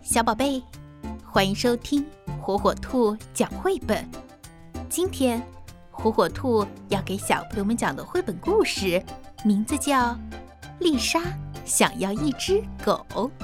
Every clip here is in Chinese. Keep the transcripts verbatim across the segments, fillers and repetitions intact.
小宝贝，欢迎收听火火兔讲绘本。今天火火兔要给小朋友们讲的绘本故事名字叫《丽莎想要一只狗》。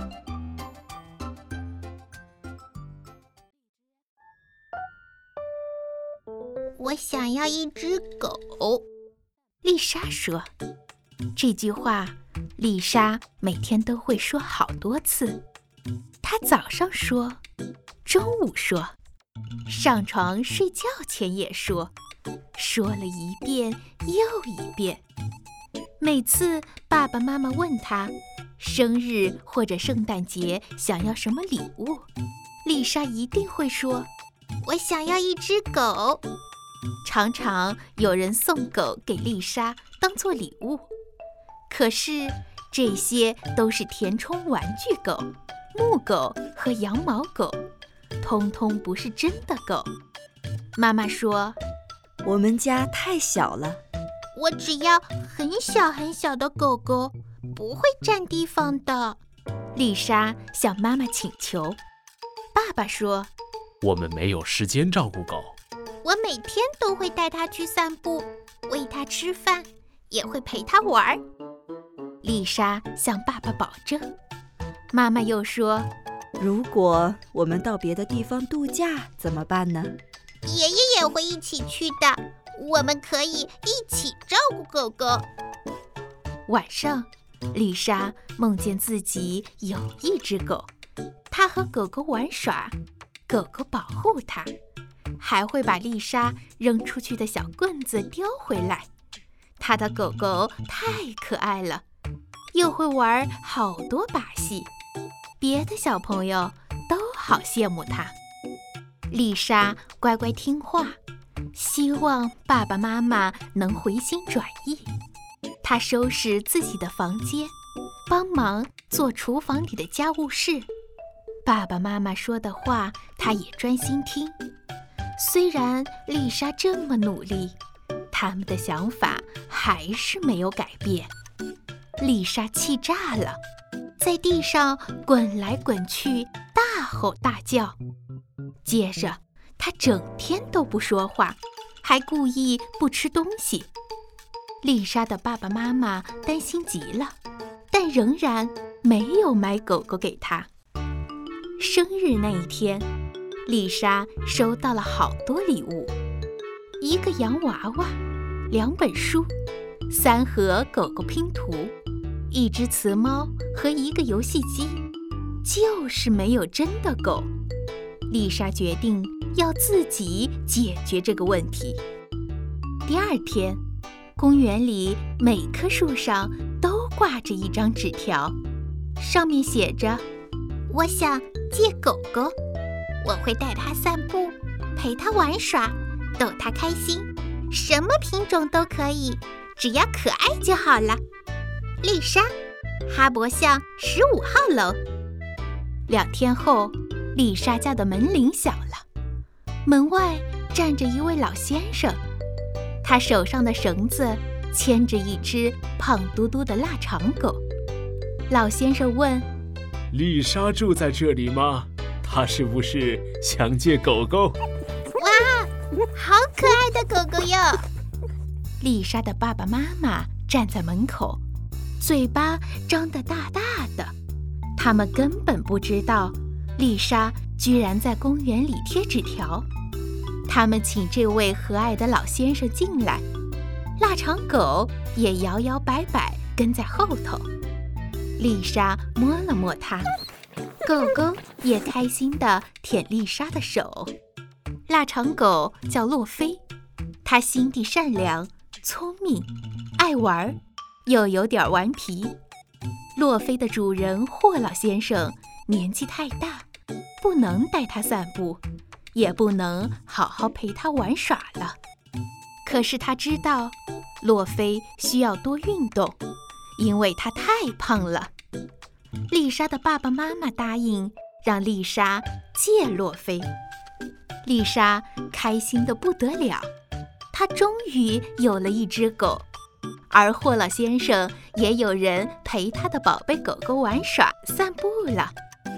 我想要一只狗， 丽莎说。这句话丽莎每天都会说好多次，她早上说，中午说，上床睡觉前也说，说了一遍又一遍。每次爸爸妈妈问她生日或者圣诞节想要什么礼物，丽莎一定会说， 我想要一只狗。 常常有人送狗给丽莎当作礼物，可是这些都是填充玩具狗、木狗和羊毛狗，通通不是真的狗。妈妈说， 我们家太小了， 我只要很小很小的狗狗，不会占地方的。 丽莎向妈妈请求。爸爸说， 我们没有时间照顾狗， 我每天都会带它去散步，喂它吃饭，也会陪它玩。 丽莎向爸爸保证。妈妈又说， 如果我们到别的地方度假怎么办呢？ 爷爷也会一起去的，我们可以一起照顾狗狗。 晚上，丽莎梦见自己有一只狗，她和狗狗玩耍，狗狗保护她，还会把丽莎扔出去的小棍子叼回来。她的狗狗太可爱了，又会玩好多把戏，别的小朋友都好羡慕她。丽莎乖乖听话，希望爸爸妈妈能回心转意。她收拾自己的房间，帮忙做厨房里的家务事。爸爸妈妈说的话，她也专心听。虽然丽莎这么努力，他们的想法还是没有改变。丽莎气炸了，在地上滚来滚去，大吼大叫。接着她整天都不说话，还故意不吃东西。丽莎的爸爸妈妈担心极了，但仍然没有买狗狗给她。生日那一天，丽莎收到了好多礼物，一个洋娃娃，两本书，三盒狗狗拼图，一只瓷猫和一个游戏机，就是没有真的狗。丽莎决定要自己解决这个问题。第二天，公园里每棵树上都挂着一张纸条，上面写着， 我想借狗狗，我会带它散步，陪它玩耍，逗它开心，什么品种都可以，只要可爱就好了。丽莎，哈勃巷十五号楼。 两天后，丽莎家的门铃响了，门外站着一位老先生，他手上的绳子牵着一只胖嘟嘟的腊肠狗。老先生问， 丽莎住在这里吗？她是不是想借狗狗？ 哇，好可爱的狗狗哟！ 丽莎的爸爸妈妈站在门口，嘴巴张得大大的，他们根本不知道丽莎居然在公园里贴纸条。他们请这位和蔼的老先生进来，腊肠狗也摇摇摆摆跟在后头。丽莎摸了摸它，狗狗也开心地舔丽莎的手。腊肠狗叫洛菲，它心地善良，聪明，爱玩，又有点顽皮。洛菲的主人霍老先生年纪太大，不能带它散步，也不能好好陪它玩耍了。可是他知道洛菲需要多运动，因为它太胖了。丽莎的爸爸妈妈答应让丽莎借洛菲。丽莎开心得不得了，她终于有了一只狗，而霍老先生也有人陪他的宝贝狗狗玩耍散步了。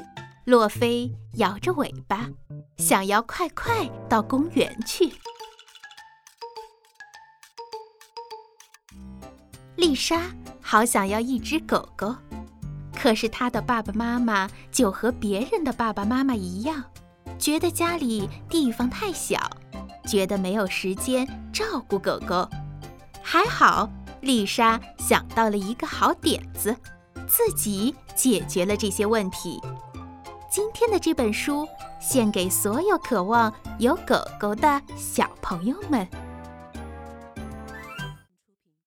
洛菲摇着尾巴，想要快快到公园去。丽莎好想要一只狗狗，可是她的爸爸妈妈就和别人的爸爸妈妈一样，觉得家里地方太小，觉得没有时间照顾狗狗。还好，丽莎想到了一个好点子，自己解决了这些问题。今天的这本书献给所有渴望有狗狗的小朋友们。